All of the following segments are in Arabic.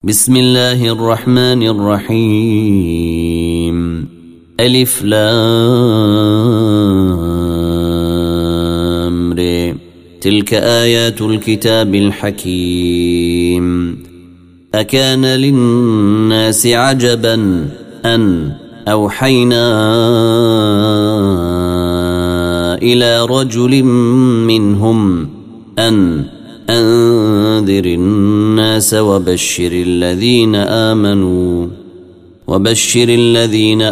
بسم الله الرحمن الرحيم. ألف لام ر. تلك آيات الكتاب الحكيم. أكان للناس عجبا أن أوحينا إلى رجل منهم أن أنذر الناس وبشر الذين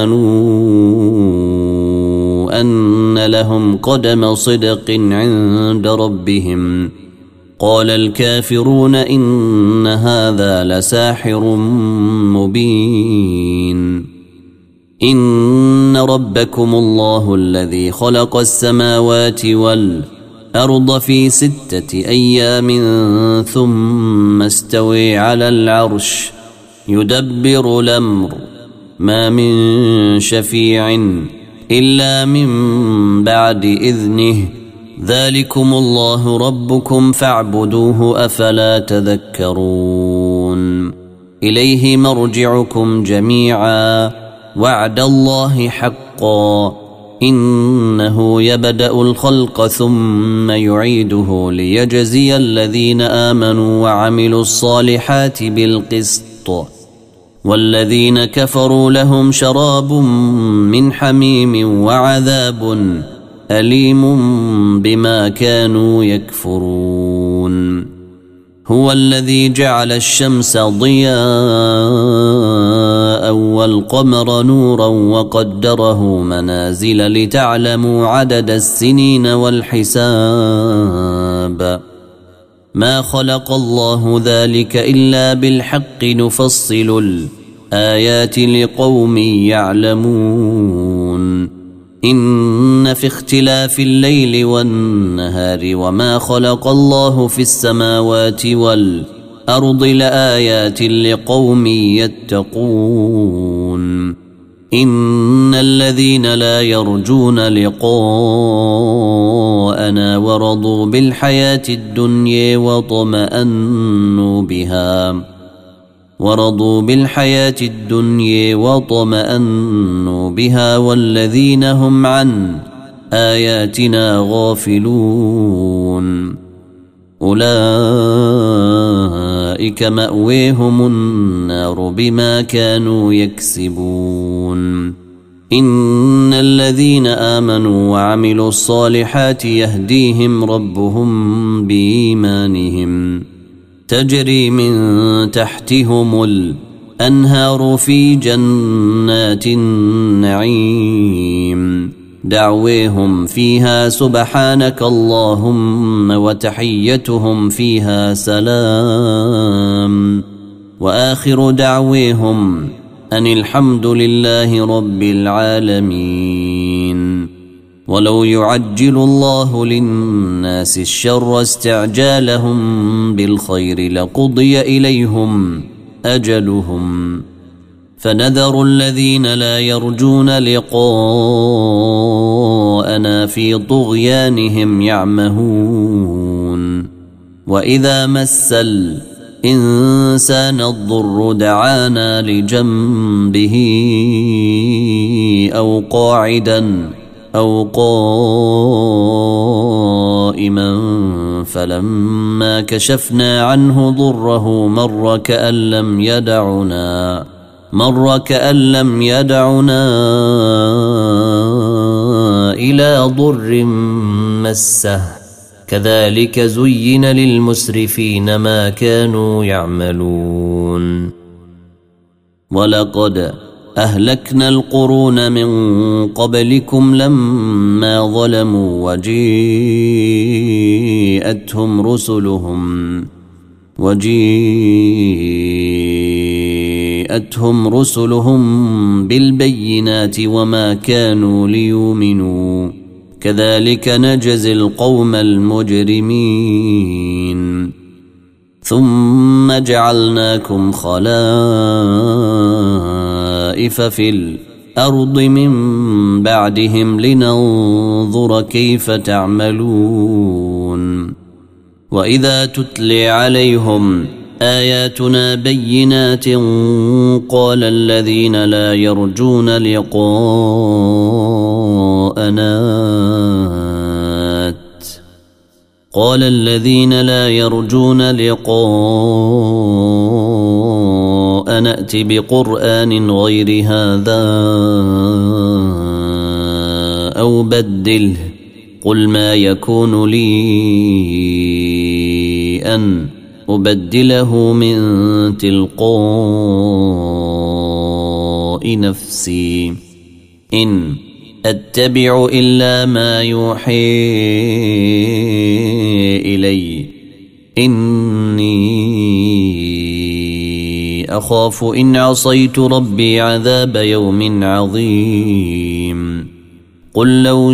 آمنوا أن لهم قدم صدق عند ربهم. قال الكافرون إن هذا لساحر مبين. إن ربكم الله الذي خلق السماوات والأرض في 6 أيام ثم استوى على العرش يدبر الأمر ما من شفيع إلا من بعد إذنه. ذلكم الله ربكم فاعبدوه أفلا تذكرون. إليه مرجعكم جميعا وعد الله حقا. إنه يبدأ الخلق ثم يعيده ليجزي الذين آمنوا وعملوا الصالحات بالقسط والذين كفروا لهم شراب من حميم وعذاب أليم بما كانوا يكفرون. هو الذي جعل الشمس ضياء والقمر نورا وقدره منازل لتعلموا عدد السنين والحساب. ما خلق الله ذلك إلا بالحق نفصل الآيات لقوم يعلمون. إن في اختلاف الليل والنهار وما خلق الله في السماوات والأرض لآيات لقوم يتقون. إن الذين لا يرجون لقاءنا ورضوا بالحياة الدنيا وطمأنوا بها والذين هم عن آياتنا غافلون أولئك مأويهم النار بما كانوا يكسبون. إن الذين آمنوا وعملوا الصالحات يهديهم ربهم بإيمانهم تجري من تحتهم الأنهار في جنات النعيم. دعويهم فيها سبحانك اللهم وتحيتهم فيها سلام وآخر دعويهم أن الحمد لله رب العالمين. ولو يعجل الله للناس الشر استعجالهم بالخير لقضي إليهم أجلهم فنذر الذين لا يرجون لقاءنا في طغيانهم يعمهون. وإذا مس الإنسان الضر دعانا لجنبه أو قاعدا أو قائما فلما كشفنا عنه ضره مر كأن لم يدعنا إلى ضر مسه. كذلك زين للمسرفين ما كانوا يعملون. ولقد أهلكنا القرون من قبلكم لما ظلموا وجيءتهم رسلهم بالبينات وما كانوا ليؤمنوا. كذلك نجزي القوم المجرمين. ثم جعلناكم خلائف في الأرض من بعدهم لننظر كيف تعملون. وإذا تتلي عليهم آياتنا بينات قال الذين لا يرجون لقاءنا ائت بقرآن غير هذا أو بدله قل ما يكون لي أن أبدله من تلقاء نفسي إن أتبع إلا ما يوحي إلي إني أخاف إن عصيت ربي عذاب يوم عظيم قل لو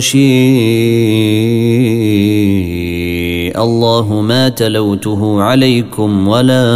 شيء الله ما تلوته عليكم ولا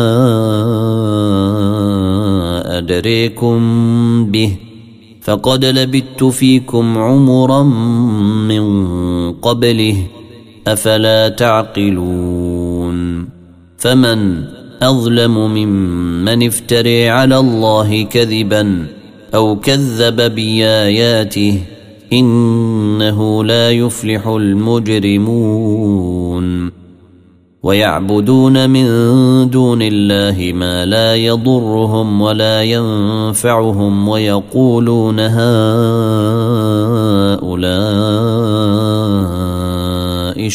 أدريكم به فقد لبثت فيكم عمرا من قبله أفلا تعقلون فمن أظلم ممن افتري على الله كذبا أو كذب بآياته إنه لا يفلح المجرمون ويعبدون من دون الله ما لا يضرهم ولا ينفعهم ويقولون هؤلاء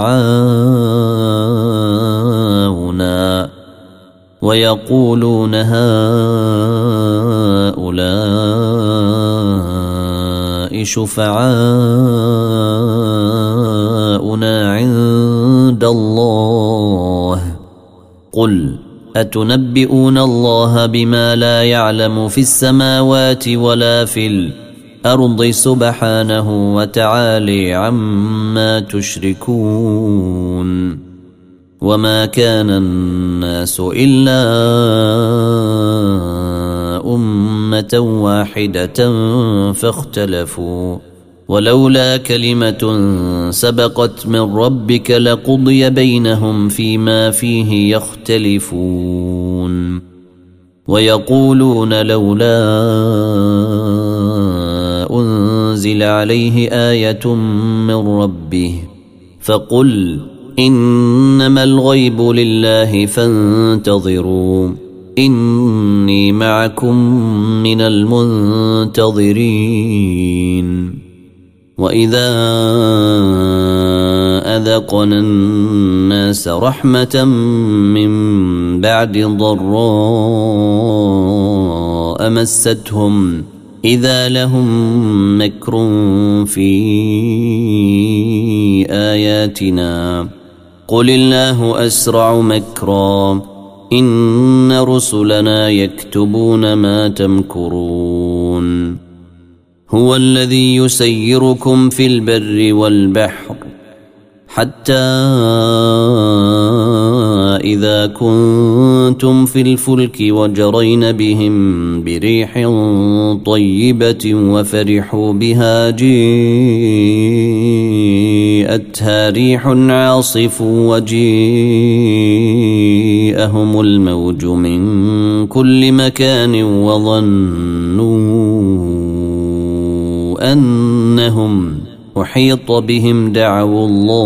شفعاؤنا عند الله قل أتنبئون الله بما لا يعلم في السماوات ولا في الأرض سبحانه وتعالى عما تشركون وما كان الناس إلا أمة واحدة فاختلفوا ولولا كلمة سبقت من ربك لقضي بينهم فيما فيه يختلفون ويقولون لولا أنزل عليه آية من ربه فقل إنما الغيب لله فانتظروا إني معكم من المنتظرين وإذا أذقنا الناس رحمة من بعد ضراء مستهم إذا لهم مكر في آياتنا قل الله أسرع مكرا إن رسلنا يكتبون ما تمكرون هو الذي يسيركم في البر والبحر حتى إذا كنتم في الفلك وجرين بهم بريح طيبة وفرحوا بها جيءتها ريح عاصف وجيءهم الموج من كل مكان وظنوا أنهم أحيط بهم دعوا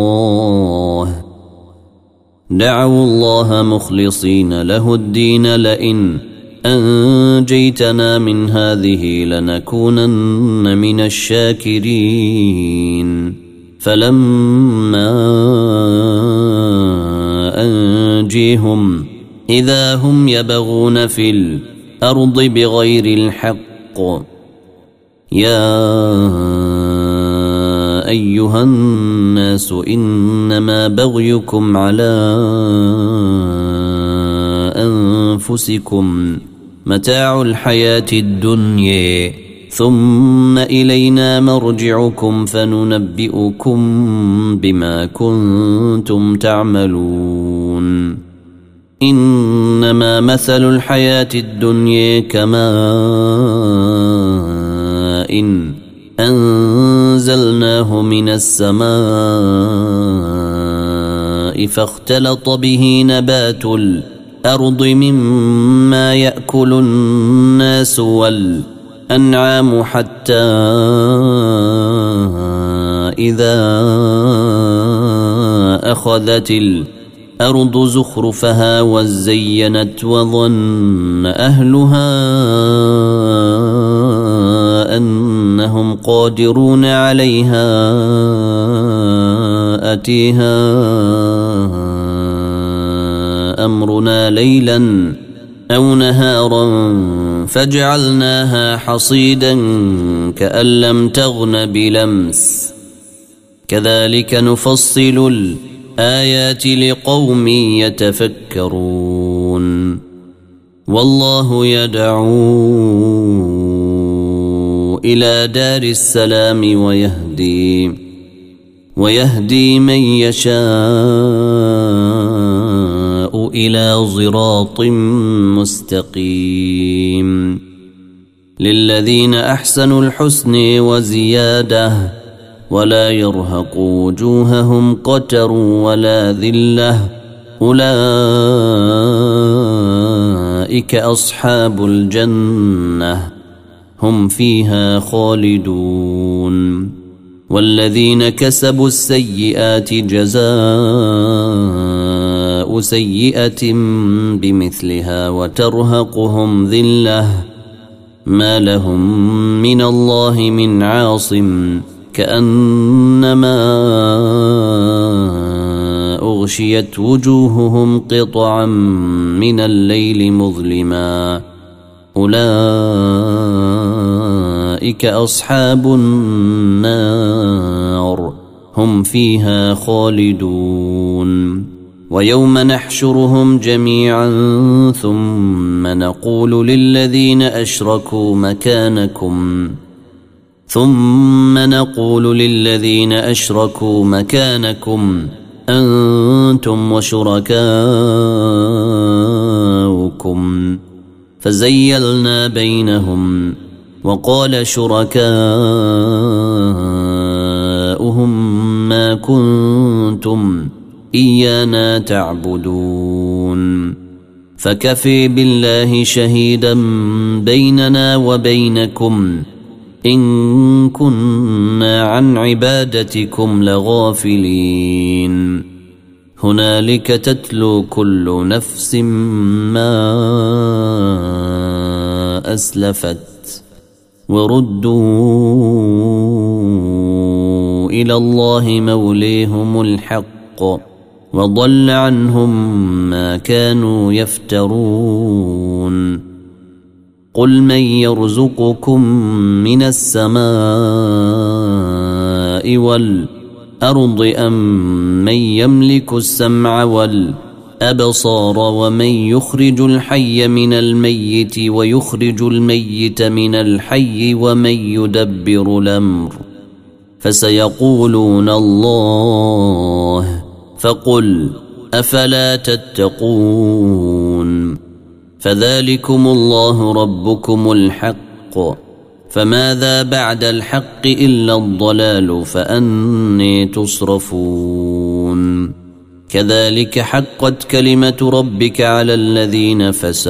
الله مخلصين له الدين لئن أنجيتنا من هذه لنكونن من الشاكرين فلما أنجيهم إذا هم يبغون في الأرض بغير الحق يا أيها الناس إنما بغيكم على أنفسكم متاع الحياة الدنيا ثم إلينا مرجعكم فننبئكم بما كنتم تعملون إنما مثل الحياة الدنيا كماء إن أنزلناه من السماء فاختلط به نبات الأرض مما يأكل الناس والأنعام حتى إذا أخذت الأرض زخرفها وزينت وظن أهلها أنهم قادرون عليها أتيها أمرنا ليلا أو نهارا فجعلناها حصيدا كأن لم تغن بلمس كذلك نفصل الآيات لقوم يتفكرون والله يدعو إلى دار السلام ويهدي من يشاء إلى صراط مستقيم للذين أحسنوا الحسن وزيادة ولا يرهق وجوههم قتر ولا ذلة أولئك أصحاب الجنة هم فيها خالدون والذين كسبوا السيئات جزاء سيئة بمثلها وترهقهم ذلة ما لهم من الله من عاصم كأنما أغشيت وجوههم قطعا من الليل مظلما أولئك أصحاب النار هم فيها خالدون ويوم نحشرهم جميعا ثم نقول للذين أشركوا مكانكم أنتم وشركاؤكم فزيلنا بينهم وقال شركاؤهم ما كنتم إيانا تعبدون فكفي بالله شهيدا بيننا وبينكم إن كنا عن عبادتكم لغافلين هنالك تتلو كل نفس ما أسلفت وردوا إلى الله موليهم الحق وضل عنهم ما كانوا يفترون قل من يرزقكم من السماء والأرض أم من يملك السمع والأبصار ومن يخرج الحي من الميت ويخرج الميت من الحي ومن يدبر الأمر فسيقولون الله فقل أفلا تتقون فذلكم الله ربكم الحق فماذا بعد الحق إلا الضلال فأني تصرفون كذلك حقت كلمة ربك على الذين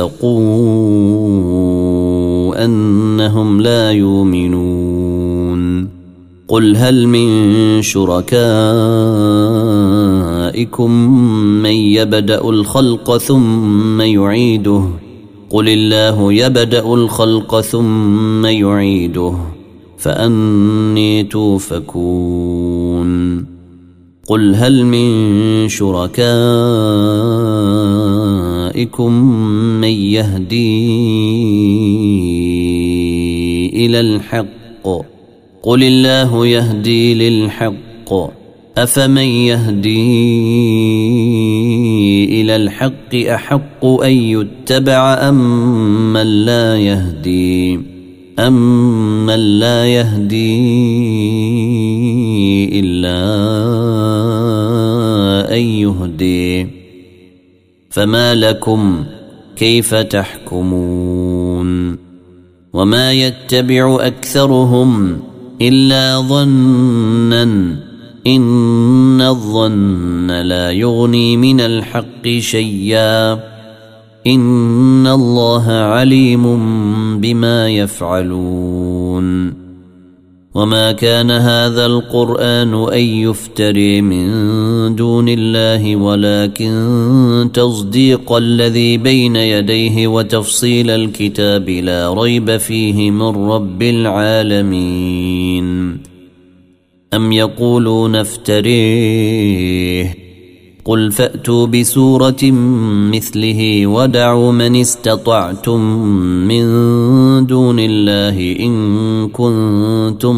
فسقوا أنهم لا يؤمنون قل هل من شركائكم من يبدأ الخلق ثم يعيده قل الله يبدأ الخلق ثم يعيده فأني توفكون قل هل من شركائكم من يهدي إلى الحق قل الله يهدي للحق أفمن يهدي إلى الحق أحق أن يتبع أم من لا يهدي إلا أن يهدي فما لكم كيف تحكمون وما يتبع أكثرهم إلا ظنا إن الظن لا يغني من الحق شيئا إن الله عليم بما يفعلون وما كان هذا القرآن أن يفتري من دون الله ولكن تصديق الذي بين يديه وتفصيل الكتاب لا ريب فيه من رب العالمين أم يقولون افتريه قل فأتوا بسورة مثله ودعوا من استطعتم من دون الله إن كنتم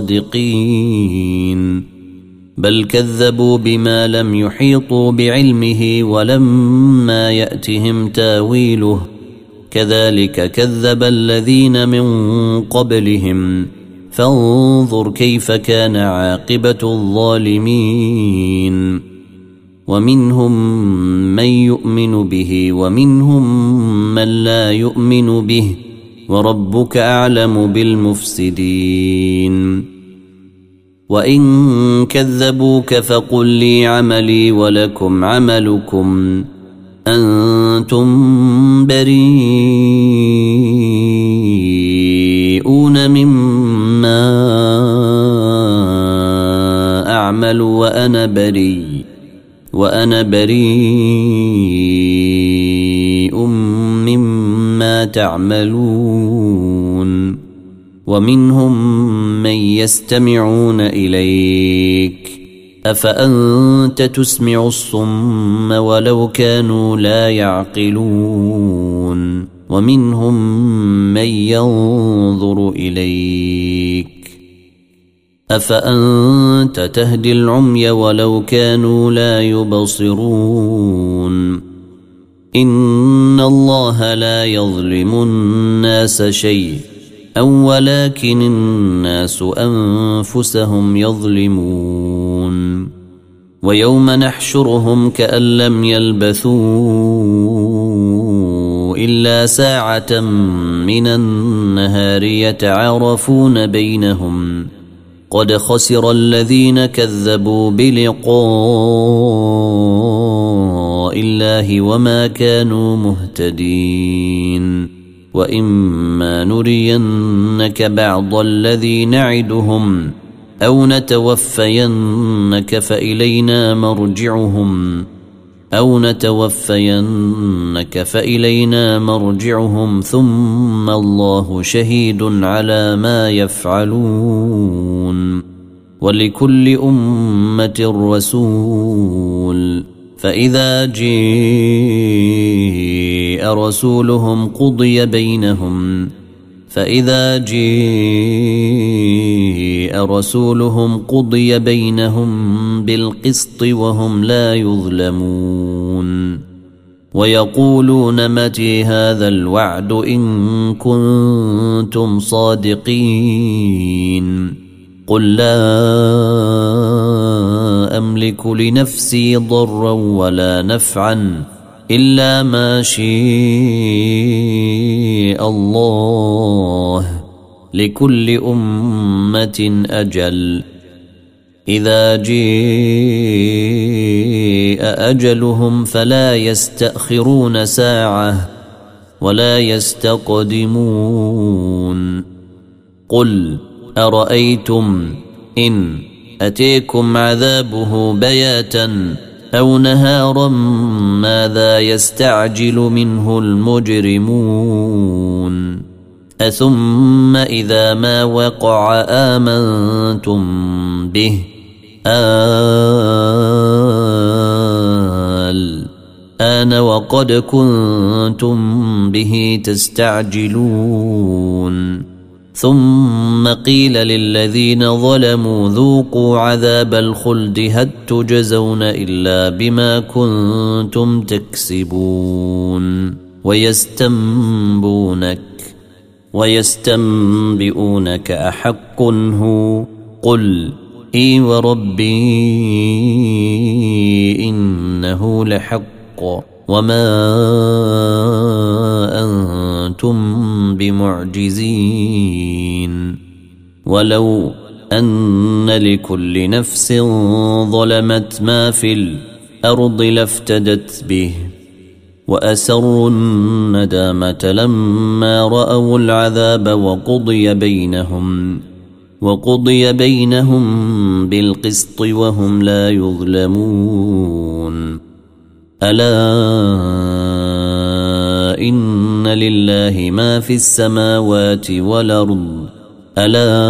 صادقين بل كذبوا بما لم يحيطوا بعلمه ولما يأتهم تاويله كذلك كذب الذين من قبلهم فانظر كيف كان عاقبة الظالمين ومنهم من يؤمن به ومنهم من لا يؤمن به وربك أعلم بالمفسدين وإن كذبوك فقل لي عملي ولكم عملكم أنتم بريئون مما أعمل وأنا بريء مما تعملون ومنهم من يستمعون إليك أفأنت تسمع الصم ولو كانوا لا يعقلون ومنهم من ينظر إليك أفأنت تهدي العمي ولو كانوا لا يبصرون إن الله لا يظلم الناس شيء ولكن الناس أنفسهم يظلمون ويوم نحشرهم كأن لم يلبثوا إلا ساعة من النهار يتعارفون بينهم قد خسر الذين كذبوا بلقاء الله وما كانوا مهتدين وإما نرينك بعض الذي نعدهم أو نتوفينك فإلينا مرجعهم ثم الله شهيد على ما يفعلون ولكل أمة رسول فإذا جاء رسولهم قضي بينهم بالقسط وهم لا يظلمون ويقولون متى هذا الوعد إن كنتم صادقين قل لا أملك لنفسي ضرا ولا نفعا إلا ما شاء الله لكل أمة أجل إذا جاء أجلهم فلا يستأخرون ساعة ولا يستقدمون قل أرأيتم إن أتيكم عذابه بياتا أو نهارا ماذا يستعجل منه المجرمون أثم إذا ما وقع آمنتم به الآن وقد كنتم به تستعجلون ثم قيل للذين ظلموا ذوقوا عذاب الخلد هل تجزون إلا بما كنتم تكسبون ويستنبئونك أحق هو قل إي وربي إنه لحق وما أنتم بمعجزين ولو أن لكل نفس ظلمت ما في الأرض لافتدت به وأسروا الندامة لما رأوا العذاب وقضي بينهم بالقسط وهم لا يظلمون. ألا إن لله ما في السماوات والأرض ألا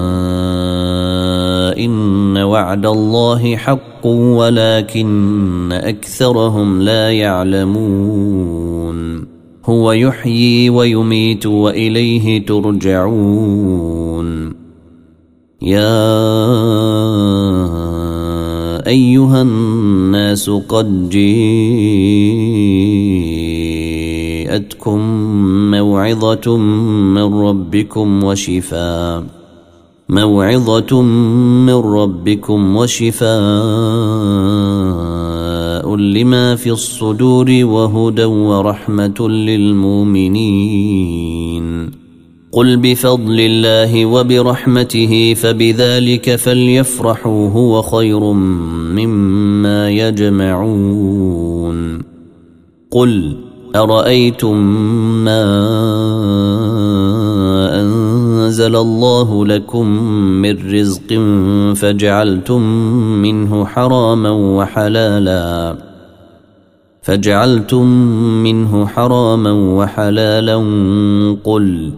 إن وعد الله حق ولكن أكثرهم لا يعلمون. هو يحيي ويميت وإليه ترجعون. يا أيها الناس قد جاءتكم موعظة من ربكم وشفاء لما في الصدور وهدى ورحمة للمؤمنين. قل بفضل الله وبرحمته فبذلك فليفرحوا هو خير مما يجمعون. قل أرأيتم ما أنزل الله لكم من رزق فجعلتم منه حراما وحلالا قل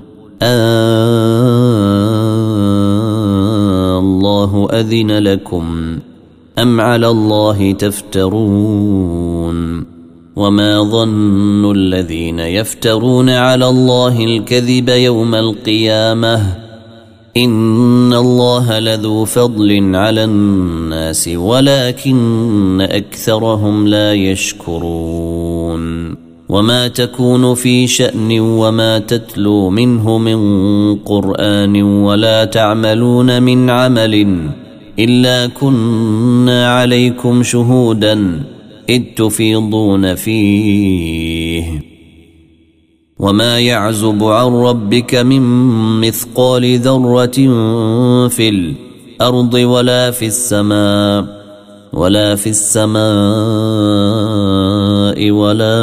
الله أذن لكم أم على الله تفترون. وما ظن الذين يفترون على الله الكذب يوم القيامة إن الله لذو فضل على الناس ولكن أكثرهم لا يشكرون. وما تكون في شأن وما تتلو منه من قرآن ولا تعملون من عمل إلا كنا عليكم شهودا إذ تفيضون فيه. وما يعزب عن ربك من مثقال ذرة في الأرض ولا في السماء ولا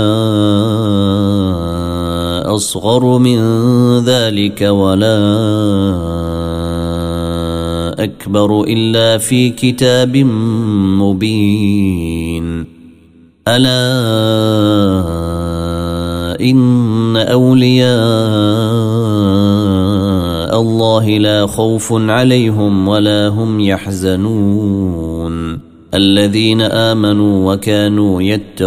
أصغر من ذلك ولا أكبر إلا في كتاب مبين. ألا إن أولياء الله لا خوف عليهم ولا هم يحزنون الذين آمنوا وكانوا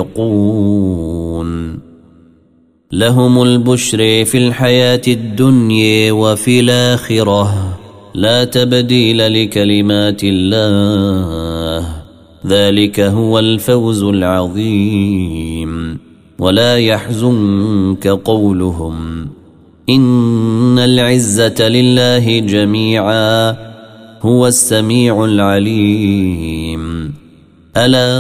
يتقون. لهم البشر في الحياة الدنيا وفي الآخرة لا تبديل لكلمات الله ذلك هو الفوز العظيم. ولا يحزنك قولهم إن العزة لله جميعا هو السميع العليم. ألا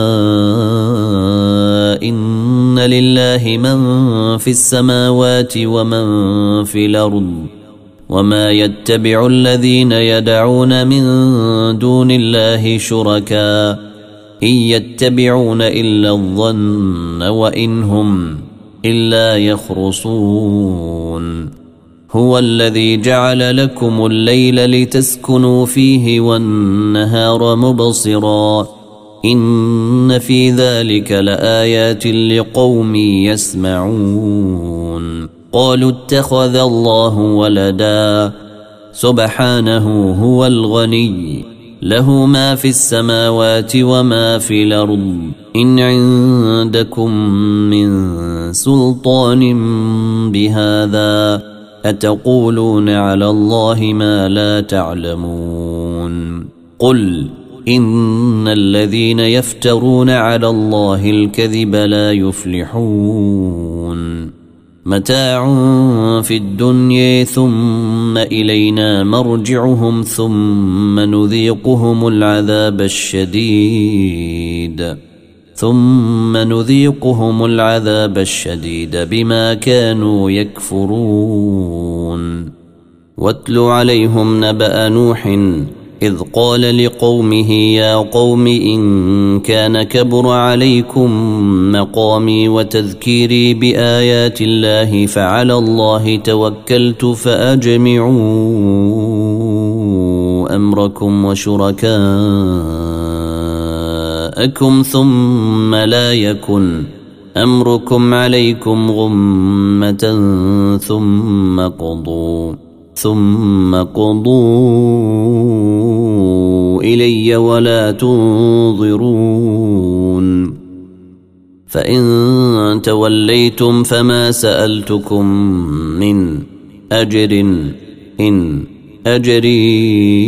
إن لله من في السماوات ومن في الأرض وما يتبع الذين يدعون من دون الله شركاء إن يتبعون إلا الظن وإن هم إلا يخرصون. هو الذي جعل لكم الليل لتسكنوا فيه والنهار مبصرا إن في ذلك لآيات لقوم يسمعون. قالوا اتخذ الله ولدا سبحانه هو الغني له ما في السماوات وما في الأرض إن عندكم من سلطان بهذا أتقولون على الله ما لا تعلمون. قل إن الذين يفترون على الله الكذب لا يفلحون. متاع في الدنيا ثم إلينا مرجعهم ثم نذيقهم العذاب الشديد بما كانوا يكفرون. واتل عليهم نبأ نوح إذ قال لقومه يا قوم إن كان كبر عليكم مقامي وتذكيري بآيات الله فعلى الله توكلت فأجمعوا أمركم وشركاءكم ثم لا يكن أمركم عليكم غمة ثم قضوا إلي ولا تنظرون فإن توليتم فما سألتكم من أجر إن أجري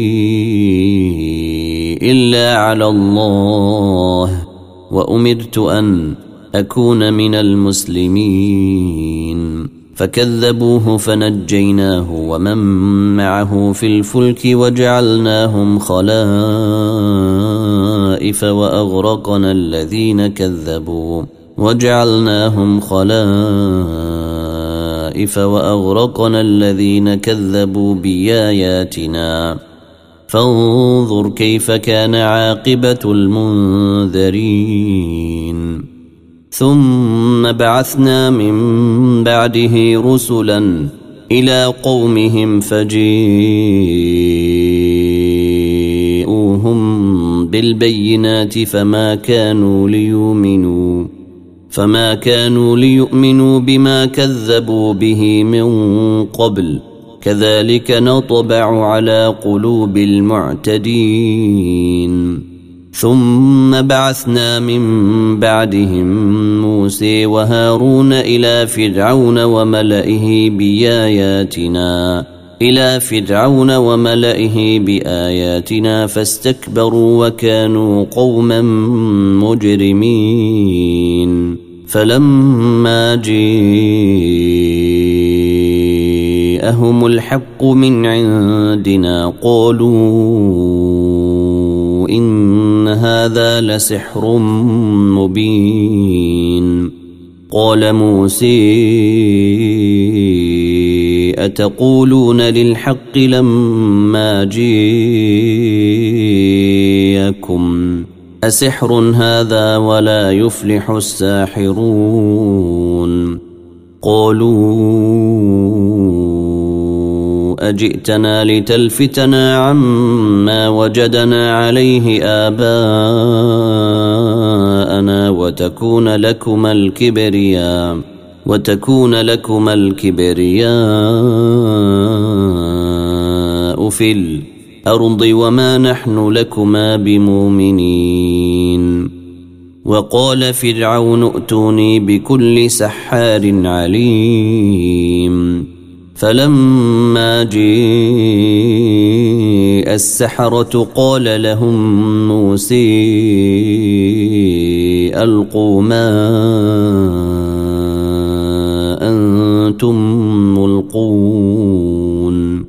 إلا على الله وأمرت أن أكون من المسلمين فكذبوه فنجيناه ومن معه في الفلك وجعلناهم خلائف وأغرقنا الذين كذبوا بآياتنا فانظر كيف كان عاقبة المنذرين ثم بعثنا من بعده رسلا إلى قومهم فجيءوهم بالبينات فما كانوا ليؤمنوا بما كذبوا به من قبل كذلك نطبع على قلوب المعتدين ثم بعثنا من بعدهم موسى وهارون إلى فرعون وملئه بآياتنا فاستكبروا وكانوا قوما مجرمين فلما جاءهم الحق من عندنا قالوا إن هذا لسحر مبين قال موسى أتقولون للحق لما جاءكم أسحر هذا ولا يفلح الساحرون قالوا أجئتنا لتلفتنا عما وجدنا عليه آباءنا وتكون لكما الكبرياء في الأرض وما نحن لكما بمؤمنين وقال فرعون ائتوني بكل سحار عليم فلما جاء السحرة قال لهم موسى ألقوا ما أنتم ملقون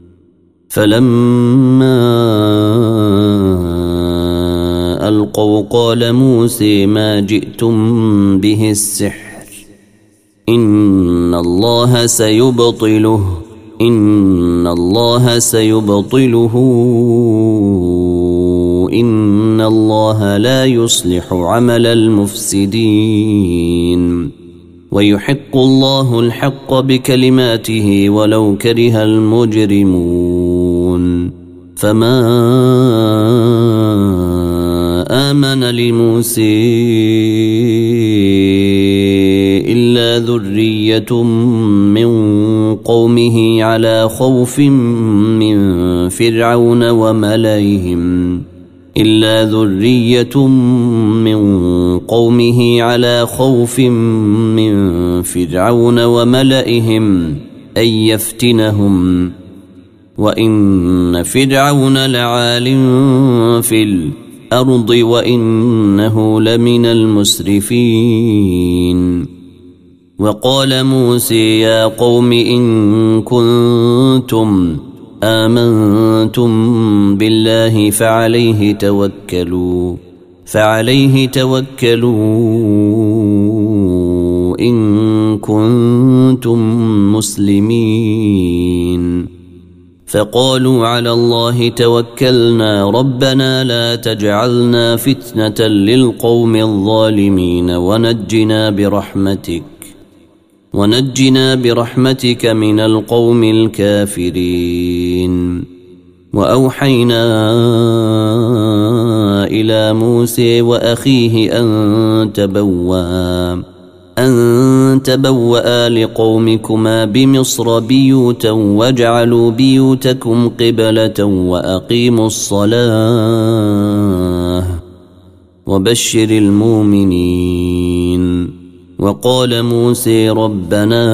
فلما ألقوا قال موسى ما جئتم به السحر إن الله سيبطله إن الله لا يصلح عمل المفسدين ويحق الله الحق بكلماته ولو كره المجرمون فما آمن لموسى إلا ذرية من قومه على خوف من فرعون وملئهم أن يفتنهم وإن فرعون لعال في الأرض وإنه لمن المسرفين وقال موسى يا قوم إن كنتم آمنتم بالله فعليه توكلوا إن كنتم مسلمين فقالوا على الله توكلنا ربنا لا تجعلنا فتنة للقوم الظالمين ونجنا برحمتك من القوم الكافرين. وأوحينا إلى موسى وأخيه أن تبوأ لقومكما بمصر بيوتا واجعلوا بيوتكم قبلة وأقيموا الصلاة وبشر المؤمنين. وقال موسى ربنا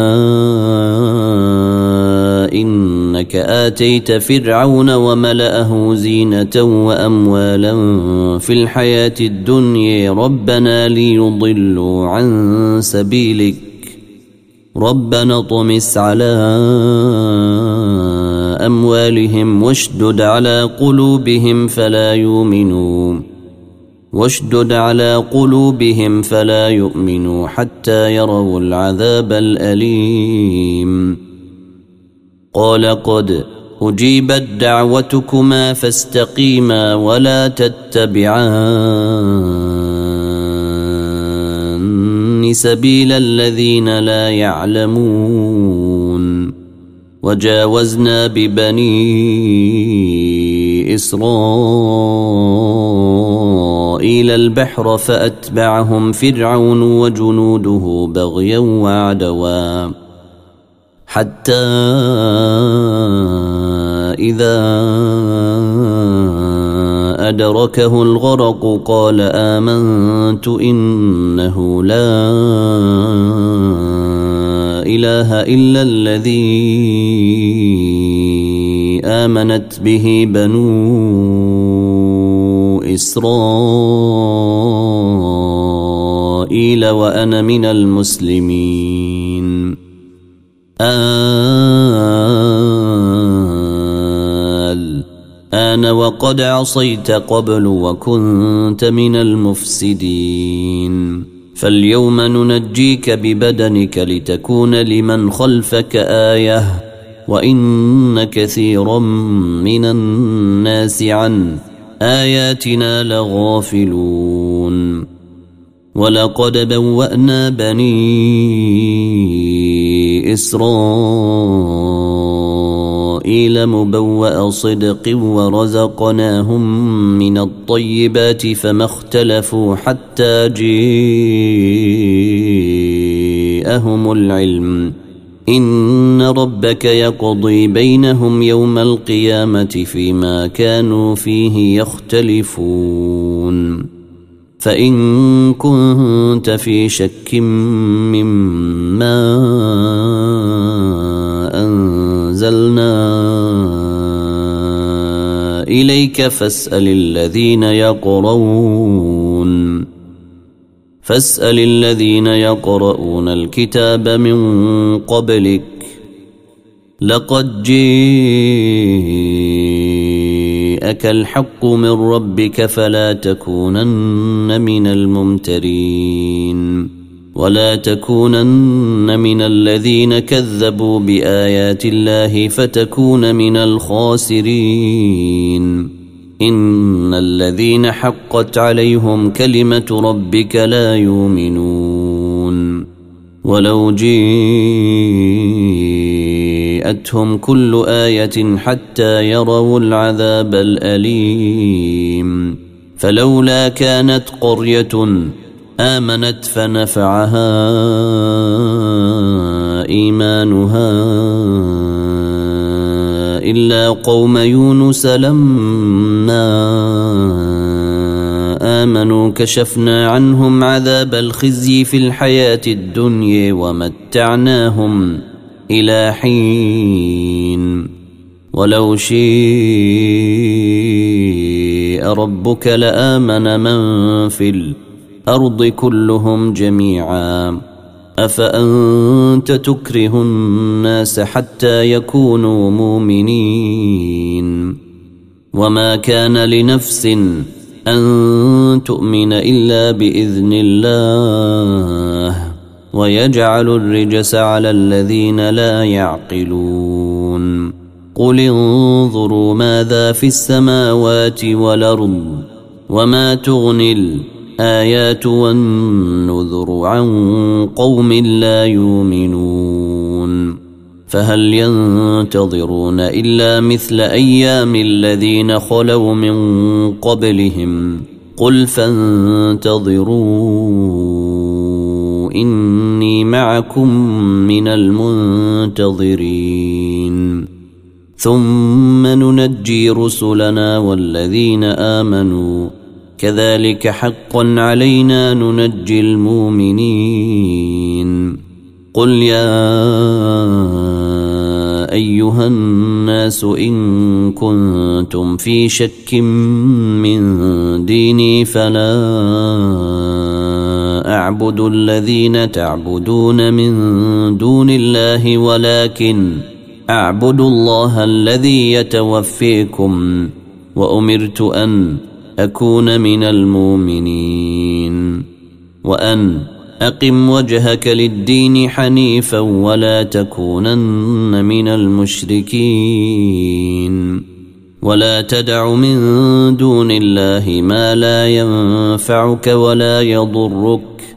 إنك آتيت فرعون وملأه زينة وأموالا في الحياة الدنيا ربنا ليضلوا عن سبيلك ربنا طمس على أموالهم واشدد على قلوبهم فلا يؤمنوا حتى يروا العذاب الأليم. قال قد أجيبت دعوتكما فاستقيما ولا تتبعان سبيل الذين لا يعلمون. وجاوزنا ببني إسرائيل البحر فأتبعهم فرعون وجنوده بغيا وعدوا حتى إذا أدركه الغرق قال آمنت إنه لا إله إلا الذي آمنت به بنو إسرائيل وأنا من المسلمين. الآن وقد عصيت قبل وكنت من المفسدين فاليوم ننجيك ببدنك لتكون لمن خلفك آية وإن كثيرا من الناس عن آياتنا لغافلون. ولقد بوأنا بني إسرائيل مبوأ صدق ورزقناهم من الطيبات فما اختلفوا حتى جاءهم العلم إن ربك يقضي بينهم يوم القيامة فيما كانوا فيه يختلفون. فإن كنت في شك مما أنزلنا إليك فاسأل الذين يقرؤون الكتاب من قبلك لقد جاءك الحق من ربك فلا تكونن من الممترين ولا تكونن من الذين كذبوا بآيات الله فتكون من الخاسرين. إن الذين حقت عليهم كلمة ربك لا يؤمنون ولو جاءتهم كل آية حتى يروا العذاب الأليم. فلولا كانت قرية آمنت فنفعها إيمانها إلا قوم يونس لما آمنوا كشفنا عنهم عذاب الخزي في الحياة الدنيا ومتعناهم إلى حين. ولو شاء ربك لآمن من في الأرض كلهم جميعا أفأنت تكره الناس حتى يكونوا مؤمنين. وما كان لنفس أن تؤمن إلا بإذن الله ويجعل الرجس على الذين لا يعقلون. قل انظروا ماذا في السماوات والأرض وما تغني الآيات والنذر عن قوم لا يؤمنون فهل ينتظرون إلا مثل أيام الذين خلوا من قبلهم قل فانتظروا إني معكم من المنتظرين ثم ننجي رسلنا والذين آمنوا كذلك حقا علينا ننجي المؤمنين قل يا أيها الناس إن كنتم في شك من ديني فلا أعبد الذين تعبدون من دون الله ولكن أعبد الله الذي يتوفيكم وأمرت أن أكون من المؤمنين وأن أقم وجهك للدين حنيفا ولا تكونن من المشركين ولا تدع من دون الله ما لا ينفعك ولا يضرك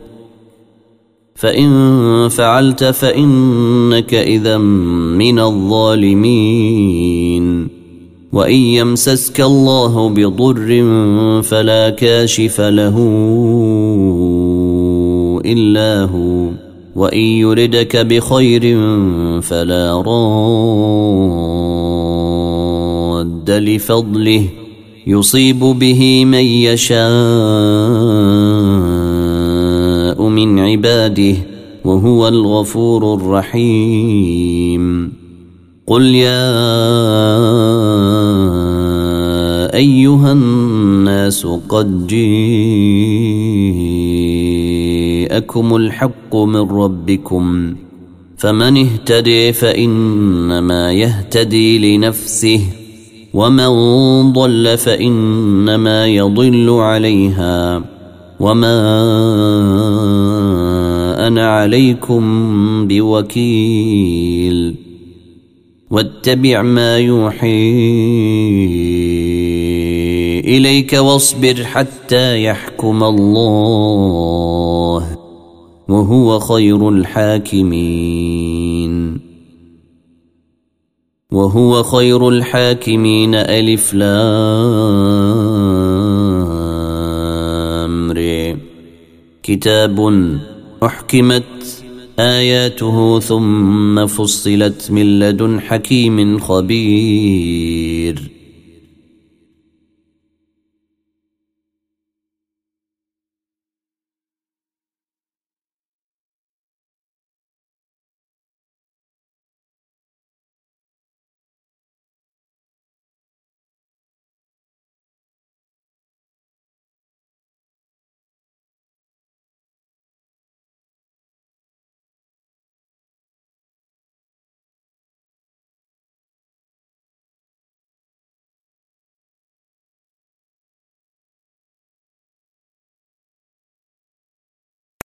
فإن فعلت فإنك إذا من الظالمين وإن يمسسك الله بضر فلا كاشف له إلا هو وإن يردك بخير فلا راد لفضله يصيب به من يشاء من عباده وهو الغفور الرحيم قل يا أيها الناس قد جاءكم الحق من ربكم فمن اهتدي فإنما يهتدي لنفسه ومن ضل فإنما يضل عليها وما أنا عليكم بوكيل واتبع ما يوحي إليك واصبر حتى يحكم الله وهو خير الحاكمين ألف لام ر كتاب أحكمت آياته ثم فصلت من لدن حكيم خبير